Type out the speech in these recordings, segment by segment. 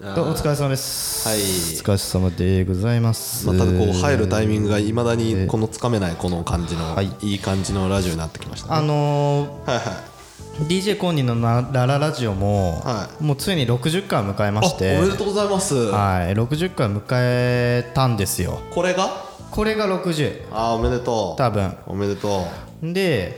お疲れ様です。 はい、 お疲れ様でございます。 またこう入るタイミングがいまだにこのつかめないこの感じの、いい感じのラジオになってきましたね。 はいはい、DJ コンニのラララジオも、もうついに60回を迎えまして。 おめでとうございます。 はい、60回迎えたんですよ。 これが 60。 おめでとう。 多分おめでとうで、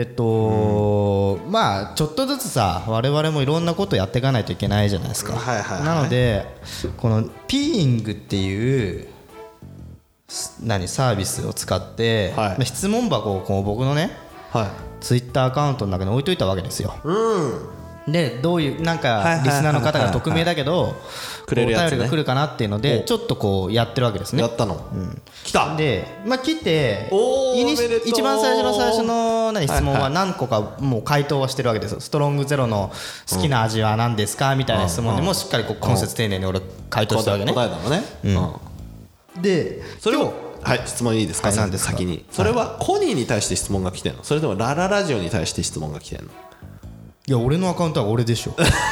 まあちょっとずつさ、我々もいろんなことやっていかないといけないじゃないですか。なのでこのピーイングっていうサービスを使って、質問箱をこう僕のね、ツイッターアカウントの中に置いといたわけですよ。でどういうなんかリスナーの方が匿名だけどお便りが来るかなっていうのでちょっとこうやってるわけですね。 やったの、来たで、来て一番最初の質問は何個かもう回答はしてるわけですよ。ストロングゼロの好きな味は何ですかみたいな質問でもしっかりこう根節丁寧に俺回答したわけね。 答えたのね。 でそれを質問いいですか。先にそれはコニーに対して質問が来てんの、それともラララジオに対して質問が来てんの。 いや俺のアカウントは俺でしょ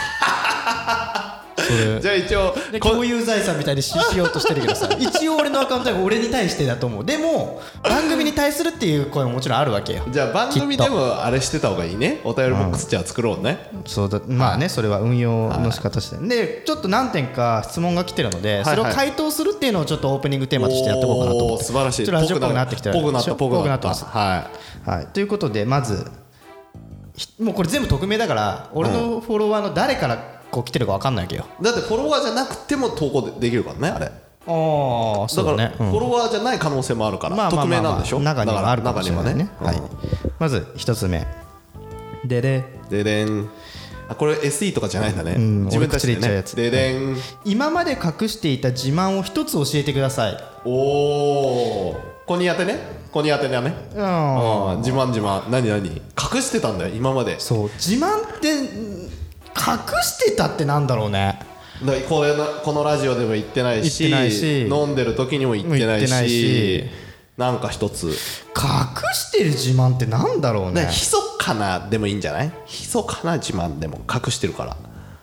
それじゃあ一応共有財産みたいにしようとしてるけどさ一応俺のアカウントは俺に対してだと思う。でも番組に対するっていう声ももちろんあるわけよ。 じゃあ番組でもあれしてた方がいいね。お便りボックスじゃあ作ろうね。 そうだ、まあね、それは運用の仕方してでちょっと何点か質問が来てるのでそれを回答するっていうのをちょっとオープニングテーマとしてやっていこうかなと思って。 素晴らしい。 ちょっとラジオっぽくなってきてる。 ぽくなったます。 ということでまずもうこれ全部匿名だから俺のフォロワーの誰からこう来てるか分かんないわけよ。 だってフォロワーじゃなくても投稿できるからねあれ。 だからフォロワーじゃない可能性もあるから匿名なんでしょ。 中にはあるかもしれないね。まず一つ目ででん。 これ SE とかじゃないんだね。 自分たちで言っちゃうやつ。 ででん。 今まで隠していた自慢を一つ教えてください。 コニー宛てね。コニー宛てだね。自慢何隠してたんだよ今まで。 そう自慢って隠してたってなんだろうね。 このラジオでも言ってないし飲んでる時にも言ってないしなんか一つ隠してる自慢ってなんだろうね。 密かなでもいいんじゃない。密かな自慢でも隠してるから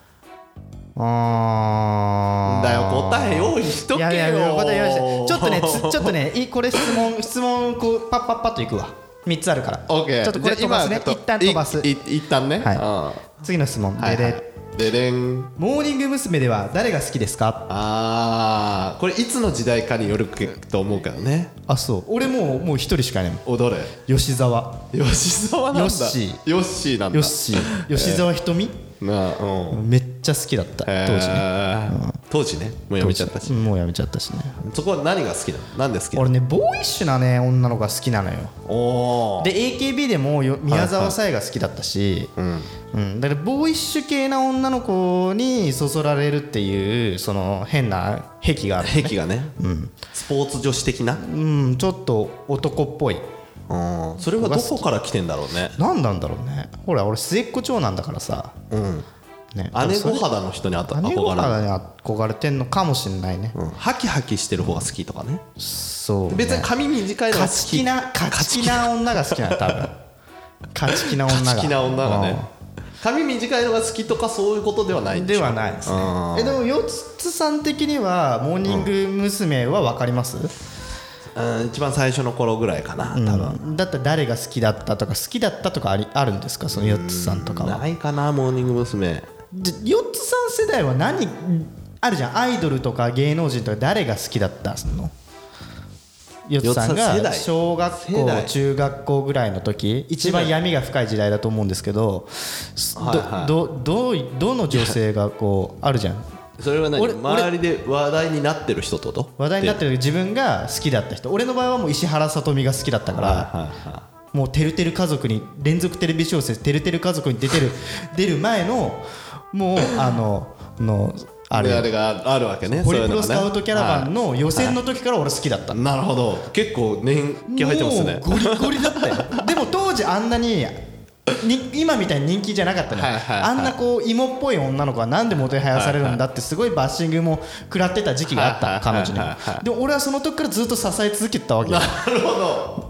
だよ。答え用意しとけよ。 答え用意してちょっとねこれ質問こうパッパッパッといくわ。3つあるからちょっとこれ飛ばすね。一旦飛ばす。 一旦ね。 次の質問ででん。 モーニング娘。では誰が好きですか。 これいつの時代かによると思うけどね。 そう俺もう一人しかいないもん。 どれ。 吉沢なんだ。ヨッシーなんだ。 吉沢ひとみめっちゃ好きだった当時ね。もうやめちゃったしね。 そこは何が好きなの。なんで好きなの。 俺ねボーイッシュなね女の子が好きなのよ。で AKB でも宮沢さえが好きだったしだからボーイッシュ系な女の子にそそられるっていうその変な癖があるね。 癖がね。スポーツ女子的なちょっと男っぽい。 それはどこから来てんだろうね。 何なんだろうね。ほら俺末っ子長なんだからさ姉御肌の人に憧れてんのかもしれないね。 ハキハキしてる方が好きとかね。 そう別に髪短いのが好き。 勝ち気な女が好きなの多分。勝ち気な女がね。 髪短いのが好きとかそういうことではないんでしょ。 ではないですね。でもよつさん的にはモーニング娘。は分かります。 一番最初の頃ぐらいかな多分。 だったら誰が好きだったとかあるんですかそのヨッツさんとかは。 ないかなモーニング娘。 ヨッツさん世代は何あるじゃん。アイドルとか芸能人とか誰が好きだったの。ヨッツさんが小学校中学校ぐらいの時一番闇が深い時代だと思うんですけどどの女性がこうあるじゃん。 それは何周りで話題になってる人ってこと。 話題になってる自分が好きだった人。俺の場合はもう石原さとみが好きだったからもうてるてる家族に連続テレビ小説てるてる家族に出る前のもうあれがあるわけね。ホリプロスカウトキャラバンの予選の時から俺好きだった。 なるほど。結構年季入ってますね。 もうゴリゴリだったよ。でも当時あんなに今みたいに人気じゃなかったのよ。あんなこう芋っぽい女の子はなんでもてはやされるんだってすごいバッシングも食らってた時期があった彼女に。でも俺はその時からずっと支え続けてたわけよ。 なるほど。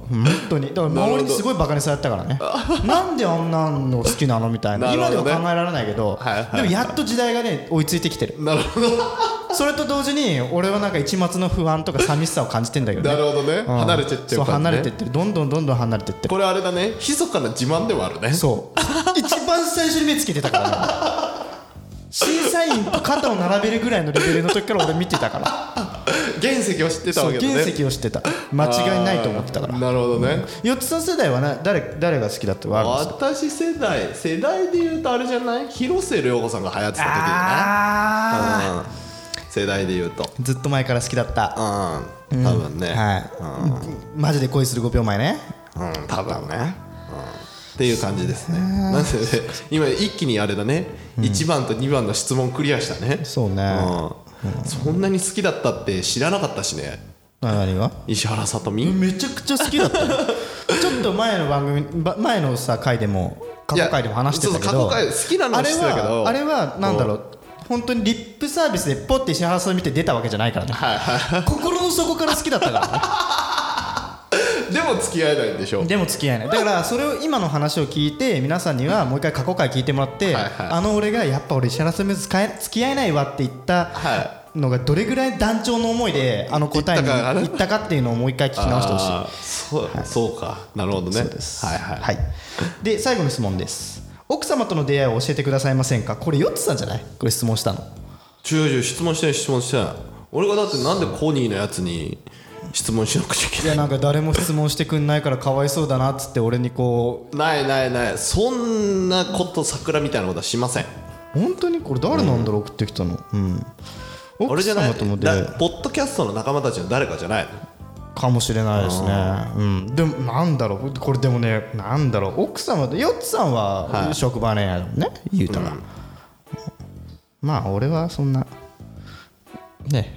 本当に。だから周りにすごいバカにされたからねなんであんなの好きなのみたいな、今では考えられないけど、でもやっと時代がね追いついてきてる。 なるほどそれと同時に俺はなんか一末の不安とか寂しさを感じてんだけどね。 なるほどね、離れてってる感じね。 そう離れてってる、どんどん離れてってる。 これあれだね、密かな自慢でもあるね。 そう一番最初に目つけてたからね審査員と肩を並べるぐらいのレベルの時から俺見てたから原石を知ってたわけだね。 原石を知ってた、間違いないと思ってたから。 なるほどね。 よっつさん世代は誰が好きだってあるんですか？ 私世代で言うとあれじゃない、広末涼子さんが流行ってた時だね。世代で言うとずっと前から好きだった。 多分ね、 マジで恋する5秒前ね。 多分ね、っていう感じですね。なんで今一気にあれだね、1番と2番の質問クリアしたね。 そうね、 そんなに好きだったって知らなかったしね。 何が？ 石原さとみめちゃくちゃ好きだったちょっと前の番組前のさ回でも過去回でも話してたけど、 過去回好きなの知ってたけど、 あれはなんだろう、本当にリップサービスでポッて石原さん見て出たわけじゃないからね、心の底から好きだったからねでも付き合えないんでしょ。 でも付き合えない。だからそれを今の話を聞いて皆さんにはもう一回過去回聞いてもらって、俺がやっぱ俺石原さんと付き合えないわって言ったのがどれぐらい団長の思いであの答えに言ったかっていうのをもう一回聞き直してほしい。 そうか、なるほどね。そうです。 で最後の質問です。奥様との出会いを教えてくださいませんか？これヨッツさんじゃない？これ質問したの。 違う質問してない。俺がだってなんでコニーのやつに質問しなくちゃいけない。 いやなんか誰も質問してくんないからかわいそうだなっつって俺にこう。 ないそんなこと桜みたいなことはしません。 本当にこれ誰なんだろう、送ってきたの。 俺じゃない。ポッドキャストの仲間たちの誰かじゃないのかもしれないですね。でもなんだろうこれ、でもね、なんだろう、奥様でヨッツさんは職場恋愛だもんね、言うたら。まあ俺はそんなね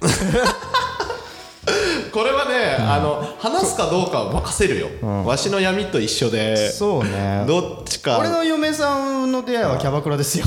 これはね、話すかどうかは任せるよ、わしの闇と一緒で。そうね、どっちか。 俺の嫁さんの出会いはキャバクラですよ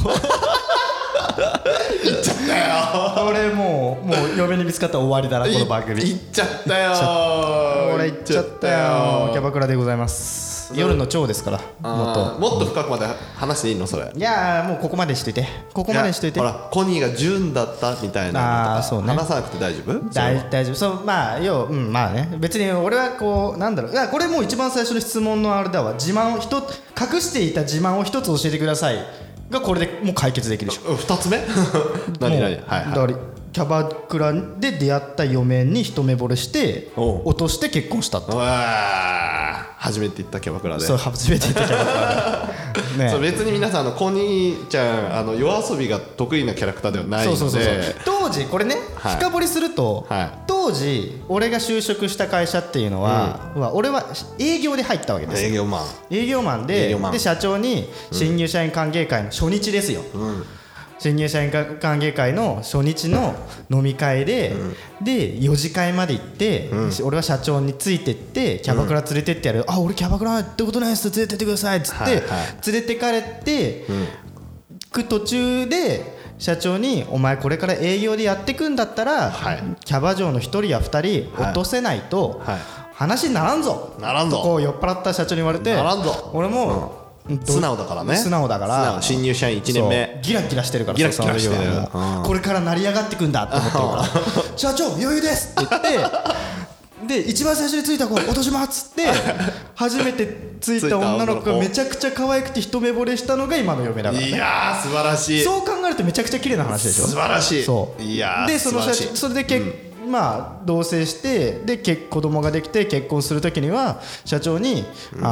言っちゃったよ俺もう嫁に見つかったら終わりだなこの番組。 言っちゃったよ俺言っちゃったよ。キャバクラでございます。夜の蝶ですから。 もっと深くまで話していいのそれ？ いやもうここまでしといて。ほらコニーが純だったみたいなのとか話さなくて大丈夫？ 大丈夫。そうまあまあね、別に俺はこうなんだろう、いやこれもう一番最初の質問のあれだわ。隠していた自慢を一つ教えてくださいがこれでもう解決できるでしょ。 2つ目何だからキャバクラで出会った嫁に一目惚れして落として結婚したって。 初めて行ったキャバクラで。 そう初めて行ったキャバクラで、ね、 そう別に皆さんコニーちゃん夜遊びが得意なキャラクターではないので。そう当時これね、深掘りすると、当時俺が就職した会社っていうのは、俺は営業で入ったわけですよ。営業マンで社長に新入社員歓迎会の初日ですよ、新入社員歓迎会の初日の飲み会で、4次会まで行って、俺は社長についてってキャバクラ連れてってやる、俺キャバクラ行ったことないです連れてってくださいっつって、連れてかれてく途中で社長にお前これから営業でやってくんだったら、キャバ嬢の1人や2人落とせないと話にならんぞとこう酔っ払った社長に言われて、俺も素直だからね。 素直だから新入社員1年目ギラギラしてるから、これから成り上がってくんだって思ってるから社長余裕ですって言ってで一番最初についた子落としますっつって初めてついた女の子がめちゃくちゃ可愛くて一目惚れしたのが今の嫁だからね。 いや素晴らしい。 そう考えるとめちゃくちゃ綺麗な話でしょ。 素晴らしい。 そういやでそれでまあ同棲してで子供ができて結婚するときには社長に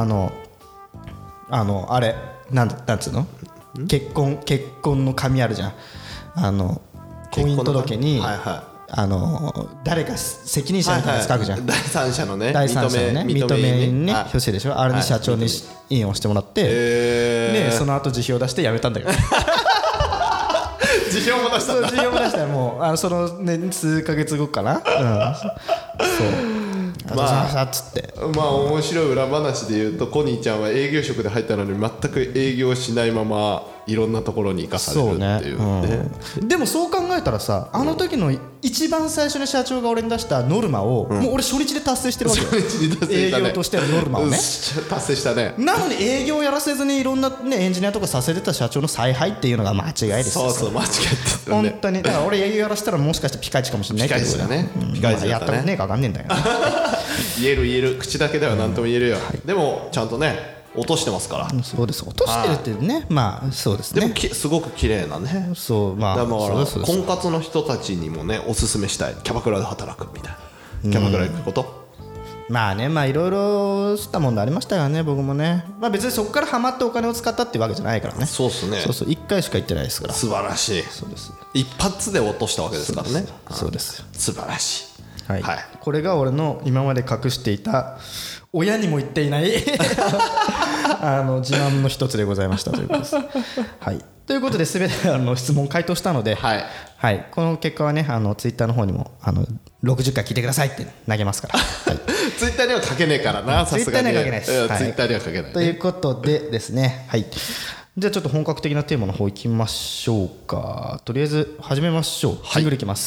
あれなんつうの、結婚の紙あるじゃん、婚姻届に誰か責任者みたいなやつ書くじゃん、 第三者のね認めにね表紙でしょ。あれに社長に印をしてもらって、でその後辞表出して辞めたんだけど辞表も出したんだ。 辞表も出したらもうそのね数ヶ月後かな。そうつって面白い裏話で言うとコニーちゃんは営業職で入ったのに全く営業しないままいろんなところに生かされるっていうね。 でもそう考えたらさ、あの時の一番最初に社長が俺に出したノルマを、もう俺初日で達成してるわけよ。営業としてのノルマをね、 達成したね。 なのに営業やらせずにいろんなねエンジニアとかさせてた社長の采配っていうのが間違いですよ。 そう間違ってたね。本当にだから俺営業やらせたらもしかしてピカイチかもしれないけど、 ピカイチだね。ピカイチだったね。 やったことねえか分かんねえんだよ。 言える口だけでは何とも言えるよ。でもちゃんとね落としてますから。 そうです、落としてるっていうね、まあそうですね。 でもすごく綺麗なね。 そうまあだから婚活の人たちにもねおすすめしたい。キャバクラで働くみたいな。キャバクラ行くこと。 まあね、まあいろいろしたもんでありましたよね、僕もね。まあ別にそこからハマってお金を使ったっていうわけじゃないからね。 そうですね。 そう1回しか行ってないですから。 素晴らしい。 そうです。 一発で落としたわけですからね。 そうです。 素晴らしい。 はい。これが俺の今まで隠していた親にも言っていない自慢の一つでございましたということです。はい。ということで全て質問回答したので、はい、この結果はねツイッターの方にも60回聞いてくださいって投げますから。はい、 ツイッターには書けねえからな。 ツイッターには書けないです。 ツイッターには書けない、ね。 ということでですね、はい。じゃあちょっと本格的なテーマの方いきましょうか。とりあえず始めましょう。ジングルいきます。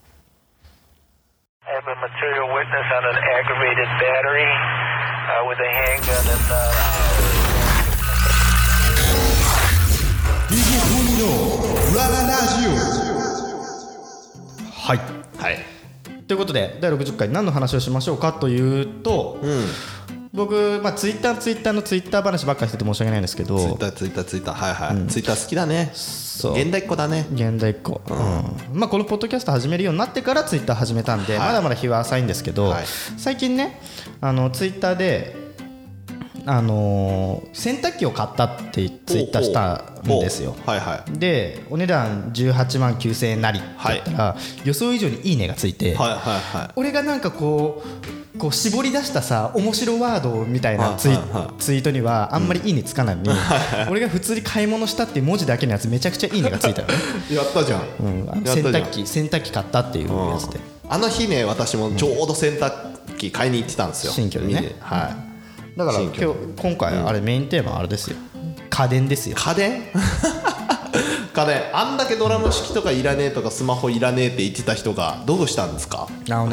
はい、ということで第60回何の話をしましょうかというと、僕、ツイッターのツイッター話ばっかりしてて申し訳ないんですけど、 ツイッターツイッター好きだね。現代っ子だね。 現代っ子、このポッドキャスト始めるようになってからツイッター始めたんで、まだまだ日は浅いんですけど、最近ねツイッターで洗濯機を買ったってツイッターしたんですよ。でお値段18万9000円なりって言ったら、予想以上にいいねがついて、俺がなんかこう絞り出したさ面白ワードみたいなツイートにはあんまりいいねつかないのに、俺が普通に買い物したっていう文字だけのやつめちゃくちゃいいねがついたのね。 やったじゃん。 洗濯機買ったっていうやつで、 あの日ね私もちょうど洗濯機買いに行ってたんですよ、 新居でね。だから今回あれメインテーマはあれですよ、家電ですよ。 家電あんだけドラム式とかいらねえとかスマホいらねえって言ってた人がどうしたんですか？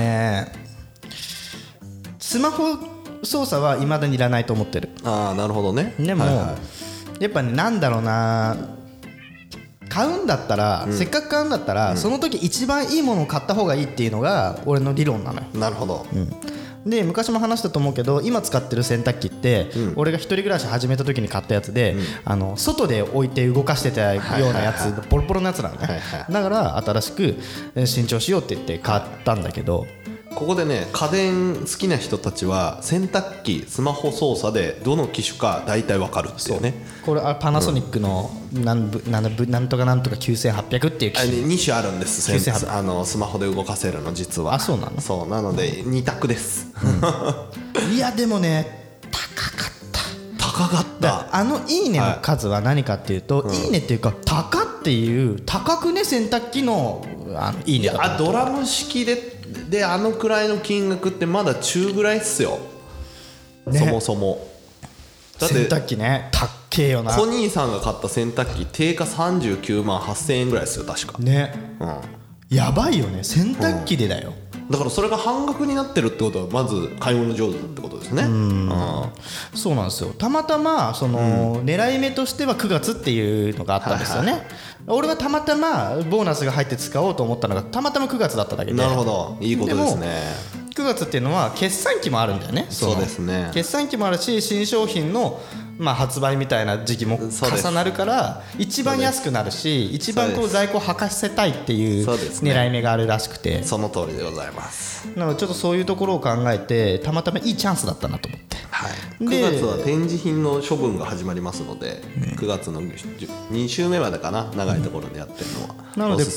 スマホ操作は未だにいらないと思ってる。 なるほどね。 でも、やっぱねなんだろうな、買うんだったら、せっかく買うんだったら、その時一番いいものを買った方がいいっていうのが俺の理論なのよ。 なるほど。 で昔も話したと思うけど、今使ってる洗濯機って、俺が一人暮らし始めた時に買ったやつで、外で置いて動かしてたようなやつ、ボロボロのやつなのね。だから新しく新調しようって言って買ったんだけど、 ここでね家電好きな人たちは洗濯機スマホ操作でどの機種か大体分かるんですよね。 これパナソニックのなんとかなんとか9800っていう機種、 2種あるんです。スマホで動かせるの実は。 そうなの？ そうなので2択です。 いやでもね高かった。いいねの数は何かっていうと、いいねっていうか高くね洗濯機のいいねだと思う。 ドラム式でくらいの金額ってまだ中ぐらいっすよ、そもそも。 だって洗濯機ね高えよな。 コニーさんが買った洗濯機定価39万8000円ぐらいですよ確かね。やばいよね洗濯機でだよ。 だからそれが半額になってるってことはまず買い物上手ってことですね。 そうなんですよ。たまたま狙い目としては9月っていうのがあったんですよね。俺はたまたまボーナスが入って使おうと思ったのがたまたま9月だっただけで。 なるほど、いいことですね。 9月っていうのは決算期もあるんだよね。 そうですね。 決算期もあるし新商品の発売みたいな時期も重なるから一番安くなるし、一番在庫を履かせたいっていう狙い目があるらしくて。 その通りでございます。 なのでちょっとそういうところを考えてたまたまいいチャンスだったなと思って、 9月は展示品の処分が始まりますので、9月の2週目までかな、長いところでやってるのは。 なので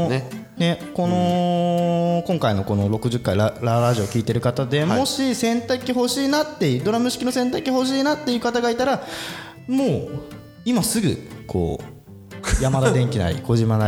今回のこの60回ラジオを聞いてる方で、もし洗濯機欲しいなってドラム式の洗濯機欲しいなっていう方がいたら、もう今すぐ山田電機なり小島なり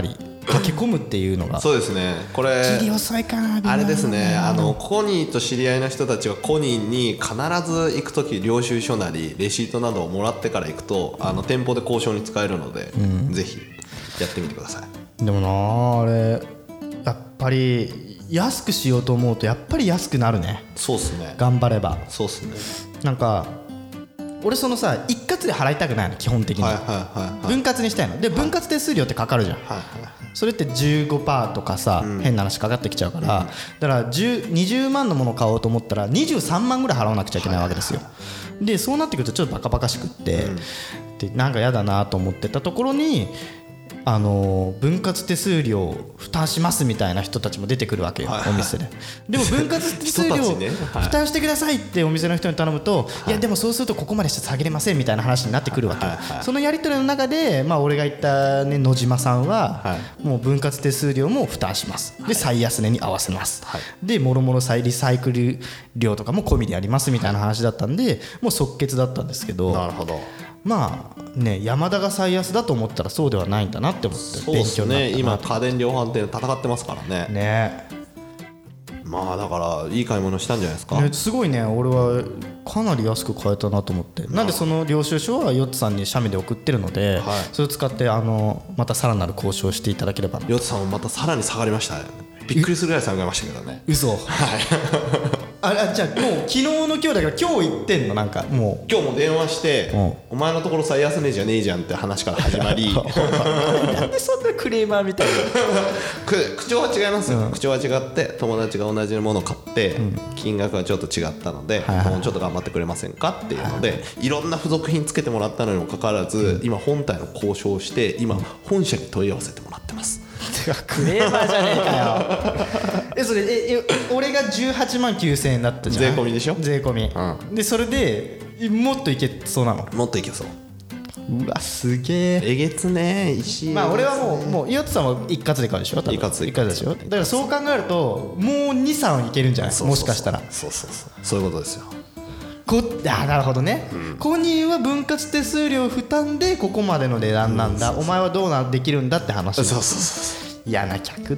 駆け込むっていうのがそうですね。これ切り遅いかな。 あれですね、コニーと知り合いの人たちはコニーに必ず行くとき領収書なりレシートなどをもらってから行くと店舗で交渉に使えるので、ぜひやってみてください。 でもなあれやっぱり安くしようと思うとやっぱり安くなるね。 そうっすね。 頑張れば。 そうっすね。 なんか俺そのさ一括で払いたくないの基本的に、分割にしたいので、分割手数料ってかかるじゃん、それって 15% とかさ、変な話かかってきちゃうから、だから20万のものを買おうと思ったら23万ぐらい払わなくちゃいけないわけですよ。でそうなってくるとちょっとバカバカしくって、でなんか嫌だなと思ってたところに分割手数料負担しますみたいな人たちも出てくるわけよ、お店で。でも分割手数料負担してくださいってお店の人に頼むと、いやでもそうするとここまでして下げれませんみたいな話になってくるわけよ。そのやり取りの中で、俺が言ったね野島さんはもう分割手数料も負担します、で最安値に合わせます、でもろもろ再リサイクル料とかも込みでやりますみたいな話だったんで、もう即決だったんですけど。 なるほど。 山田が最安だと思ったらそうではないんだなって思って、 そうですね。今家電量販店戦ってますからね。だからいい買い物したんじゃないですか。 すごいね。俺はかなり安く買えたなと思って、なんでその領収書はヨッツさんに写メで送ってるので、それを使ってまたさらなる交渉していただければな。 ヨッツさんもまたさらに下がりましたね。びっくりするぐらい下がりましたけどね。 嘘。じゃあもう昨日の今日だから今日言ってんの。なんかもう今日も電話して、お前のところ最安値じゃねえじゃんって話から始まりなんでそんなクレーマーみたいな口調は違いますよ、口調は違って友達が同じものを買って、金額がちょっと違ったので、もうちょっと頑張ってくれませんかっていうので、いろんな付属品つけてもらったのにもかかわらず、今本体の交渉をして今本社に問い合わせてもらってます。 クレーマーじゃねえかよ。それ俺が18万9000円だったじゃん。 税込みでしょ。 税込み、でそれでもっといけそうなの。 もっといけそう。 うわすげえ。 えげつね石。 俺はもう岩田さんは一括で買うでしょ。一括でしょ。だからそう考えるともう 2,3 いけるんじゃない。もしかしたら。 そういうことですよ。 なるほどね、コニーは分割手数料負担でここまでの値段なんだ、お前はどうできるんだって話。嫌な客だ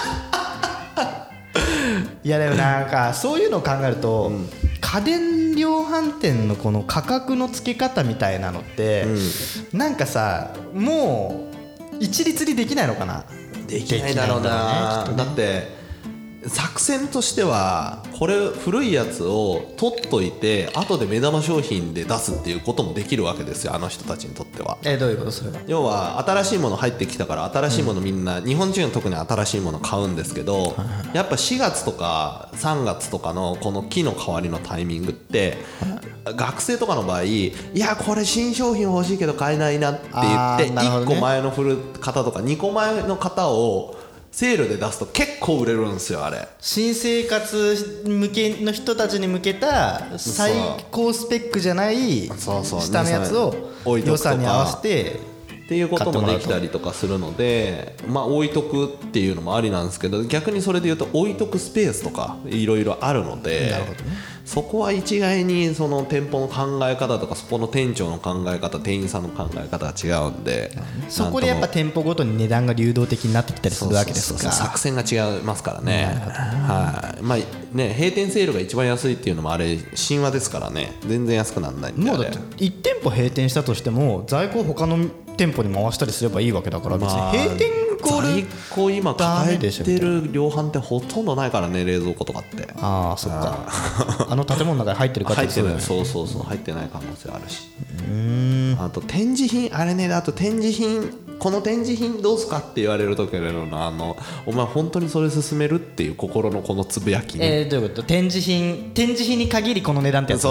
いやでもなんかそういうのを考えると、家電量販店のこの価格の付け方みたいなのって、なんかさもう一律にできないのかな。 できないだろうな、だって作戦としてはこれ古いやつを取っといて後で目玉商品で出すっていうこともできるわけですよ、あの人たちにとっては。 どういうことそれは。 要は新しいもの入ってきたから新しいものみんな、日本人は特に新しいもの買うんですけど、やっぱ4月とか3月とかのこの木の代わりのタイミングって、学生とかの場合いやこれ新商品欲しいけど買えないなって言って1個前の方とか2個前の方をセールで出すと結構売れるんですよ。あれ新生活向けの人たちに向けた最高スペックじゃない下のやつを予算に合わせてっていうこともできたりとかするので、置いとくっていうのもありなんですけど、逆にそれでいうと置いとくスペースとかいろいろあるので、そこは一概にその店舗の考え方とかそこの店長の考え方、店員さんの考え方が違うんで、 そこでやっぱ店舗ごとに値段が流動的になってきたりするわけですか。 作戦が違いますからね。閉店セールが一番安いっていうのもあれ神話ですからね。全然安くならないんで。 もうだって1店舗閉店したとしても在庫を他の店舗に回したりすればいいわけだから、別に閉店在庫今抱えてる量販店ほとんどないからね、冷蔵庫とかって。 ああそっかあの建物の中に入ってるかってそうだよね。そう入ってない可能性あるし、あと展示品あれね、あと展示品この展示品どうすかって言われる時のお前本当にそれ進めるっていう心のこのつぶやき、ね、 どういうこと。展示品に限りこの値段ってやつ。 そう、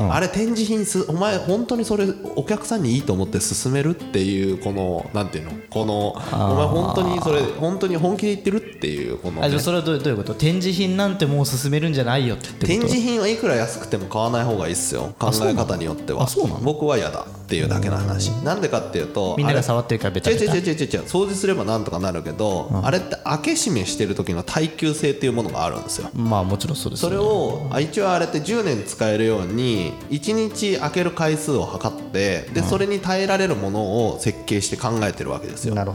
あれ展示品お前本当にそれお客さんにいいと思って進めるっていうこのなんていうの、このお前本当にそれ本当に本気で言ってるっていうこの、ね、 じゃあそれはどういうこと。展示品なんてもう進めるんじゃないよってこと。 展示品はいくら安くても買わない方がいいっすよ、考え方によっては。僕は嫌だっていうだけの話。なんでかっていうと、 みんなが触ってるからベタベタ。 違う掃除すればなんとかなるけど、あれって開け閉めしてる時の耐久性っていうものがあるんですよ。 もちろんそうですよね。 それを一応あれって10年使えるように1日開ける回数を測って、でそれに耐えられるものを設計して考えてるわけですよ。 なるほどね。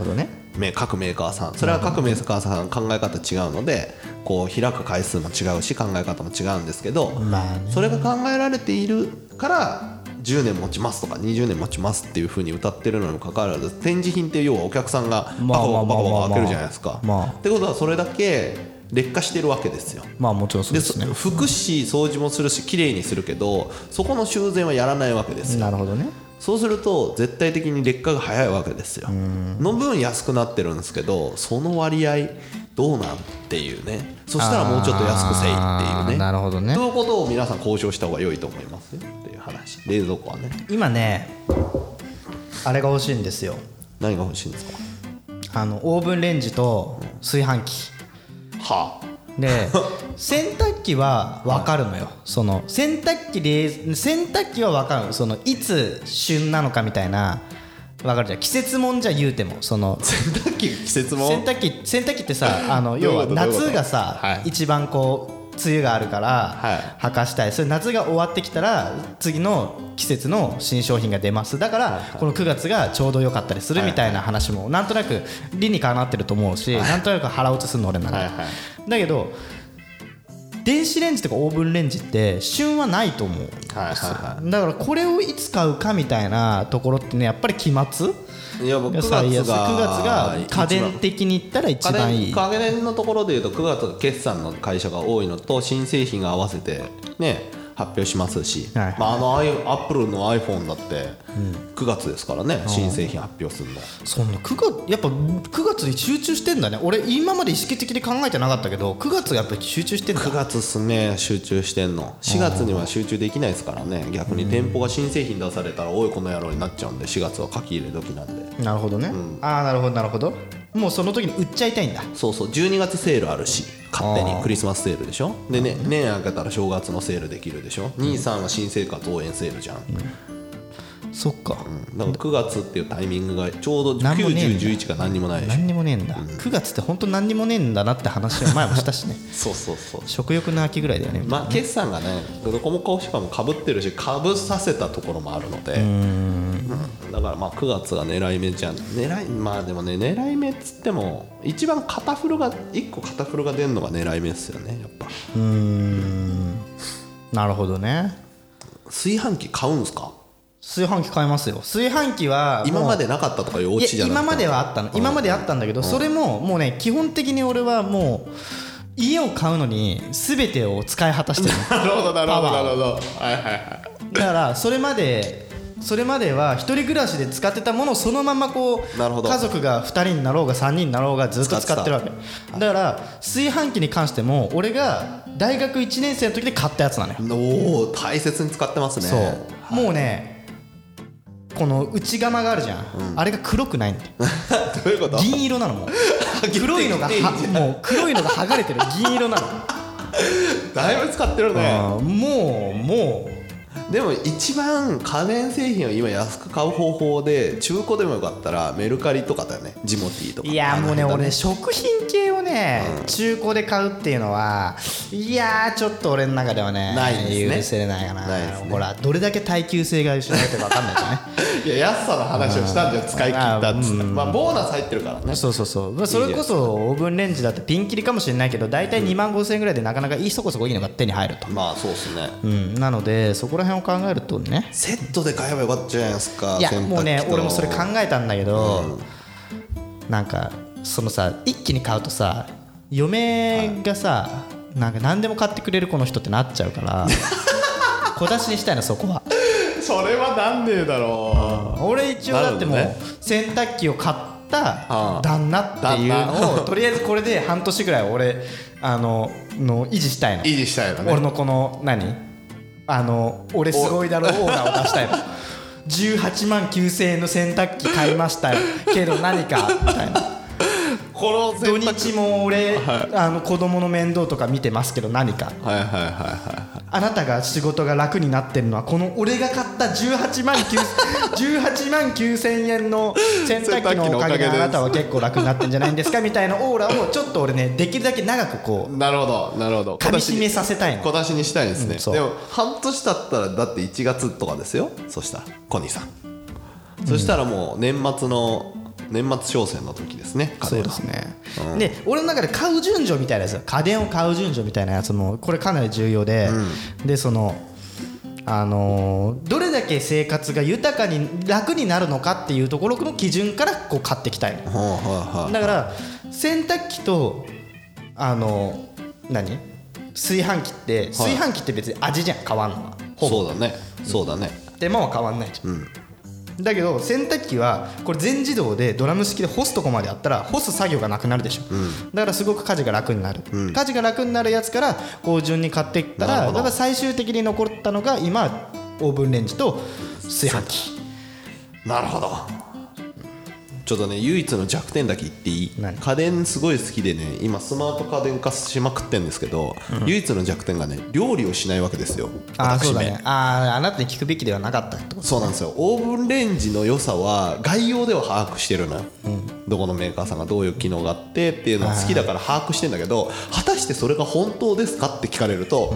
各メーカーさん、それは各メーカーさん考え方違うのでこう開く回数も違うし考え方も違うんですけど、それが考えられているから10年持ちますとか20年持ちますっていう風に歌ってるのにもかかわらず、展示品って要はお客さんがバカバカ開けるじゃないですか。ってことはそれだけ劣化してるわけですよ。 もちろんそうですね。 拭くし掃除もするし綺麗にするけど、そこの修繕はやらないわけですよ。 なるほどね。 そうすると絶対的に劣化が早いわけですよ。の分安くなってるんですけど、その割合どうなんっていうね。そしたらもうちょっと安くせいっていうね。 なるほどね。 ということを皆さん交渉した方が良いと思いますよっていう話。冷蔵庫はね、 今ねあれが欲しいんですよ。 何が欲しいんですか？ オーブンレンジと炊飯器で洗濯機は分かるのよ。その洗濯機は分かるの。そのいつ旬なのかみたいな分かるじゃん。季節もんじゃ言うてもその洗濯機季節もん、 洗濯機ってさ要は夏がさ一番こう梅雨があるから履かしたい。それ夏が終わってきたら次の季節の新商品が出ます。だからこの9月がちょうど良かったりするみたいな話もなんとなく理にかなってると思うし、なんとなく腹落ちするの俺なんだ。だけど電子レンジとかオーブンレンジって旬はないと思うんですよ。だからこれをいつ買うかみたいなところってね、やっぱり期末 9月が家電的に言ったら一番いい。 家電のところでいうと9月が決算の会社が多いのと新製品が合わせてね発表しますし、アップルの iPhone だって9月ですからね、新製品発表するの。 そんなやっぱ9月に集中してんだね。俺今まで意識的に考えてなかったけど9月やっぱり集中してんだ。 9月っすね、集中してんの。4月には集中できないですからね。逆に店舗が新製品出されたらおいこの野郎になっちゃうんで、4月は書き入れ時なんで。 なるほどね、なるほどなるほど。もうその時に売っちゃいたいんだ。 そう12月セールあるし、勝手にクリスマスセールでしょ。でね、年明けたら正月のセールできるでしょ。23は新生活応援セールじゃん。 そっか、 だから9月っていうタイミングがちょうど9、10、11が何にもないでしょ。 何にもねえんだ、9月って本当何にもねえんだなって話は前もしたしねそう食欲の秋ぐらいだよね。 決算がねどこもかしかもかぶってるし、かぶさせたところもあるので、だから9月が狙い目じゃん。でもね、狙い目っつっても一番1個肩フルが出るのが狙い目ですよね、やっぱ。 なるほどね。 炊飯器買うんすか？ 炊飯器買いますよ。炊飯器は今までなかったとかいうオチじゃなくて、 今まではあったの。今まであったんだけど、それももうね基本的に俺はもう家を買うのに全てを使い果たしてるなるほど。だからそれまでは一人暮らしで使ってたものをそのままこう家族が2人になろうが3人になろうがずっと使ってるわけだから、炊飯器に関しても俺が大学1年生の時で買ったやつなのよ。 大切に使ってますね。 そう、もうねこの内釜があるじゃん、あれが黒くないんだよどういうこと？ 銀色なの。もう黒いのが剥がれてる銀色なのだいぶ使ってるね。 もうでも一番家電製品を今安く買う方法で中古でもよかったらメルカリとかだよね。ジモティーとか。 いやもうね、俺食品系をね、中古で買うっていうのはいやちょっと俺の中ではね許せれないかな。ほらどれだけ耐久性が失われてるか分かんないとねいや安さの話をしたんじゃ使い切ったっつって、ボーナス入ってるからね。 そうそれこそオーブンレンジだってピンキリかもしれないけど大体2万5千円ぐらいでなかなかそこそこいいのが手に入ると。 そうっすね。 なのでそこら辺を考えるとね、 セットで買えばよかったじゃないですか。 いやもうね俺もそれ考えたんだけど、なんかそのさ一気に買うとさ嫁がさなんか何でも買ってくれるこの人ってなっちゃうから小出しにしたいのそこは。 それはなんでだろう。 俺一応だってもう洗濯機を買った旦那っていうのをとりあえずこれで半年ぐらい俺の維持したいの。 ね。 俺のこの俺すごいだろうオーナーを出したいの18万9000円の洗濯機買いましたよけど何かみたいな土日も俺、子供の面倒とか見てますけど何か、あなたが仕事が楽になってるのはこの俺が買った18万9000円の洗濯機のおかげであなたは結構楽になってるんじゃないんですかみたいなオーラをちょっと俺ねできるだけ長くこうなるほど噛み締めさせたいの。 小出しにしたいですね。でも半年経ったらだって1月とかですよ。そしたらコニーさん、そしたらもう年末の年末商戦の時ですね。 そうですね、で俺の中で買う順序みたいなやつ、家電を買う順序みたいなやつもこれかなり重要で、でそのどれだけ生活が豊かに楽になるのかっていうところの基準からこう買っていきたいの。だから洗濯機と炊飯器って炊飯器って別に味じゃん、変わんのはほぼ。 そうだね手間は変わんないじゃん、だけど洗濯機はこれ全自動でドラム式で干すとこまであったら干す作業がなくなるでしょ、だからすごく家事が楽になる、家事が楽になるやつからこう順に買っていったら、だから最終的に残ったのが今オーブンレンジと炊飯器。 なるほど。ちょっとね唯一の弱点だけ言っていい？家電すごい好きでね、今スマート家電化しまくってんですけど、唯一の弱点がね料理をしないわけですよ。 そうだね。あなたに聞くべきではなかったってこと。 そうなんですよ。オーブンレンジの良さは概要では把握してるのよ、どこのメーカーさんがどういう機能があってっていうの好きだから把握してんだけど、果たしてそれが本当ですかって聞かれると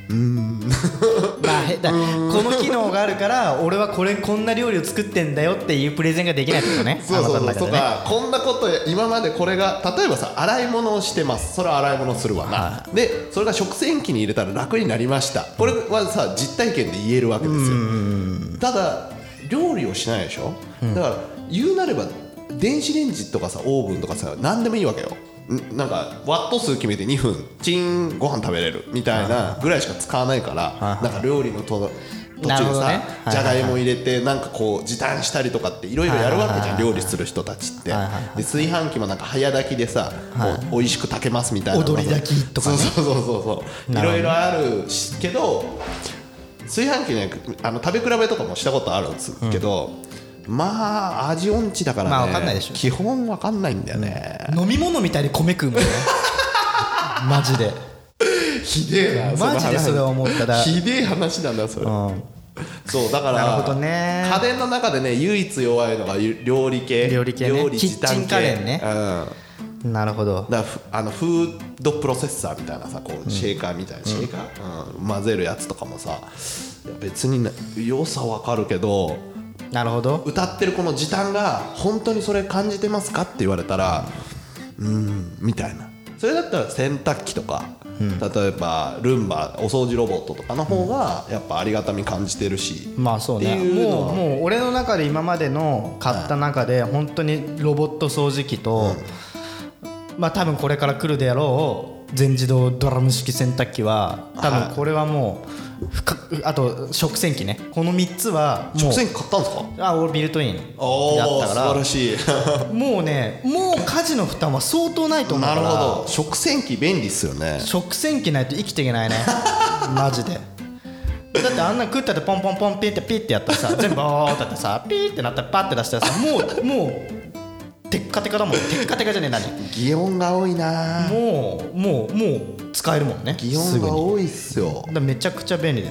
この機能があるから俺はこんな料理を作ってんだよっていうプレゼンができないってことね。 そうか、こんなこと今までこれが例えばさ、洗い物をしてます、それは洗い物するわな、でそれが食洗機に入れたら楽になりました、これはさ実体験で言えるわけですよ。ただ料理をしないでしょ、だから言うなれば電子レンジとかさオーブンとかさ何でもいいわけよ。なんかワット数決めて2分チンご飯食べれるみたいなぐらいしか使わないから、なんか料理の途中でさじゃがいも入れてなんかこう時短したりとかっていろいろやるわけじゃん、料理する人たちって。で炊飯器もなんか早炊きでさ美味しく炊けますみたいな、 踊り炊きとかね、 そういろいろあるけど、炊飯器ね食べ比べとかもしたことあるんですけど、まあ味音痴だからね、 分かんないでしょ、 基本分かんないんだよね、 飲み物みたいに米食うもんねマジでひでえな、 マジでそれは思ったらひでえ話なんだそれ、そうだから、 なるほどね、 家電の中でね唯一弱いのが料理系ね、 キッチン家電ね、なるほど。 だからフードプロセッサーみたいなさ、こうシェーカーみたいな、シェーカー、混ぜるやつとかもさ別に良さ分かるけど、 なるほど、 歌ってるこの時短が本当にそれ感じてますかって言われたらみたいな。それだったら洗濯機とか、例えばルンバお掃除ロボットとかの方がやっぱありがたみ感じてるし、 まあそうね、もう俺の中で今までの買った中で本当にロボット掃除機と、まあ多分これから来るであろう全自動ドラム式洗濯機は多分これはもうあと食洗機ね、この3つはもう。 食洗機買ったんですか？ 俺ビルトインやったから素晴らしいもうね、もう家事の負担は相当ないと思うから。 なるほど、食洗機便利っすよね。 食洗機ないと生きていけないねマジで。だってあんな食ったってポンポンポンピってピッてやったらさ全部バーってやってさピーってなったらパッて出したらさもうテッカテカだもん。テッカテカじゃねえ、何擬音が多いな。 もう使えるもんね。 擬音が多いっすよ。 だめちゃくちゃ便利です。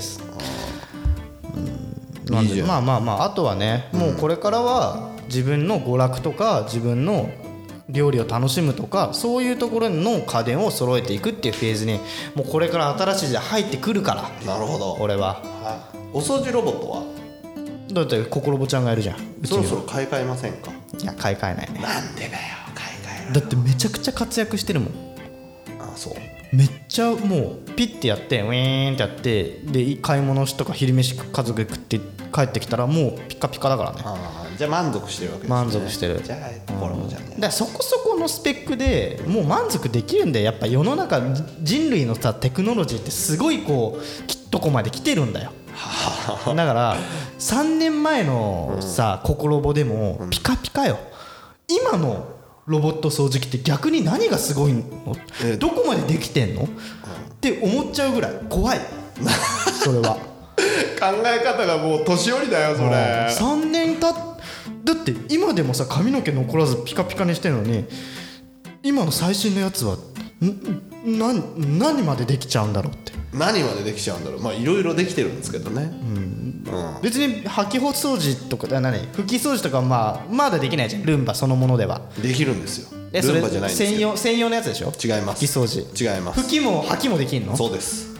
なんでまああとはね、もうこれからは自分の娯楽とか自分の料理を楽しむとかそういうところの家電を揃えていくっていうフェーズにもうこれから新しい時代入ってくるから。 なるほど。 俺はお掃除ロボットはだってココロボちゃんがいるじゃん。 そろそろ買い替えませんか？ いや買い替えないね。 なんでだよ、買い替える。 だってめちゃくちゃ活躍してるもん。 そうめっちゃもうピッてやってウィーンってやってで買い物とか昼飯家族で食って帰ってきたらもうピカピカだからね。 じゃあ満足してるわけですね。 満足してる。 じゃあコロボちゃんね。 だからそこそこのスペックでもう満足できるんで、やっぱ世の中人類のさテクノロジーってすごいこうきっとこまで来てるんだよだから3年前のさココロボでもピカピカよ。今のロボット掃除機って逆に何がすごいの、どこまでできてんの、って思っちゃうぐらい怖いそれは考え方がもう年寄りだよそれ。 3年だって今でもさ髪の毛残らずピカピカにしてるのに今の最新のやつは何までできちゃうんだろうって。 何までできちゃうんだろう。まあいろいろできてるんですけどね、 別に掃き干掃除とか拭き掃除とかはまだできないじゃん。ルンバそのものではできるんですよ。 ルンバじゃないんですけど専用のやつでしょ。 違います。 拭き掃除違います。 拭きも掃きもできんの？ そうです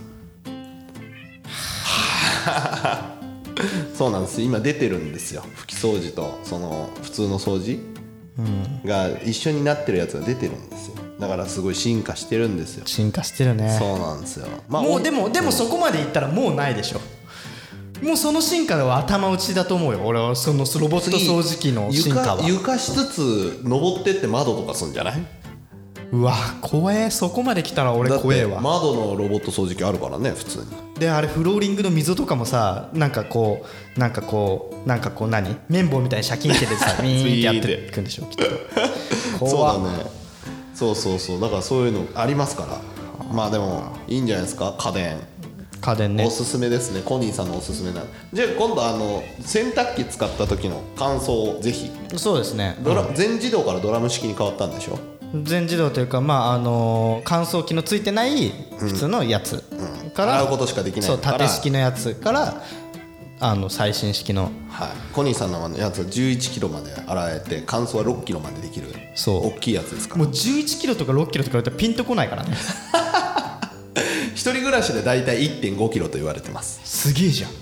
そうなんです。今出てるんですよ、拭き掃除とその普通の掃除が一緒になってるやつが出てるんですよ。だからすごい進化してるんですよ。 進化してるね。 そうなんですよ。 もうでもそこまでいったらもうないでしょ。もうその進化は頭打ちだと思うよ。俺はそのロボット掃除機の進化は床しつつ登ってって窓とかするんじゃない？ うわ怖え。そこまで来たら俺怖えわ。 窓のロボット掃除機あるからね普通に。 であれフローリングの溝とかもさなんかこう何綿棒みたいにシャキンってでさミーンってやっていくんでしょきっと。 そうだね。そうだからそういうのありますから。まあでもいいんじゃないですか。家電ねおすすめですね。コニーさんのおすすめな。じゃあ今度洗濯機使った時の感想をぜひ。 そうですね。 全自動からドラム式に変わったんでしょ。 全自動というか乾燥機のついてない普通のやつから、 洗うことしかできないから縦式のやつから最新式の、 コニーさんのやつは11キロまで洗えて乾燥は6キロまでできる大きいやつですから。 もう11キロとか6キロとか言ったらピンとこないからね。 一人暮らしでだいたい 1.5 キロと言われてます。 すげえじゃん。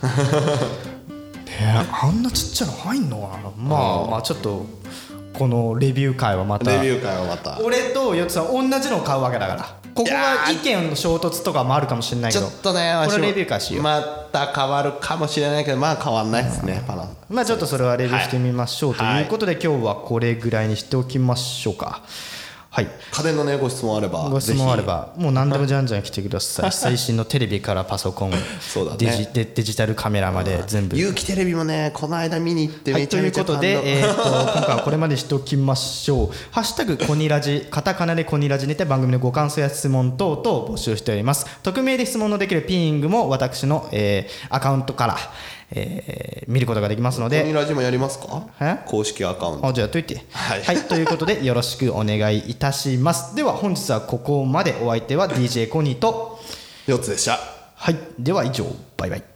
あんなちっちゃな入んのかな。まあちょっとこのレビュー会はまた俺とヨッツさん同じのを買うわけだから、ここが意見の衝突とかもあるかもしれないけど、 ちょっとねこれレビュー会しよう。 また変わるかもしれないけどまあ変わんないですね。 まあちょっとそれはレビューしてみましょうということで、今日はこれぐらいにしておきましょうか。はい、 家電のねご質問あればもう何でもじゃんじゃん来てください。最新のテレビからパソコンそうだ、ね、 デジタルカメラまで全部。 有機テレビもねこの間見に行ってめちゃめちゃ感動。 ということで、今回はこれまでしておきましょう。ハッシュタグコニラジ、カタカナでコニラジにて番組のご感想や質問等々募集しております。匿名で質問のできるピーイングも私の、アカウントから見ることができますので。 コニラジもやりますか？公式アカウント。 じゃあやっといて。はい、ということでよろしくお願いいたします。では本日はここまで。お相手は DJ コニーと 4つでした。 はい、では以上、バイバイ。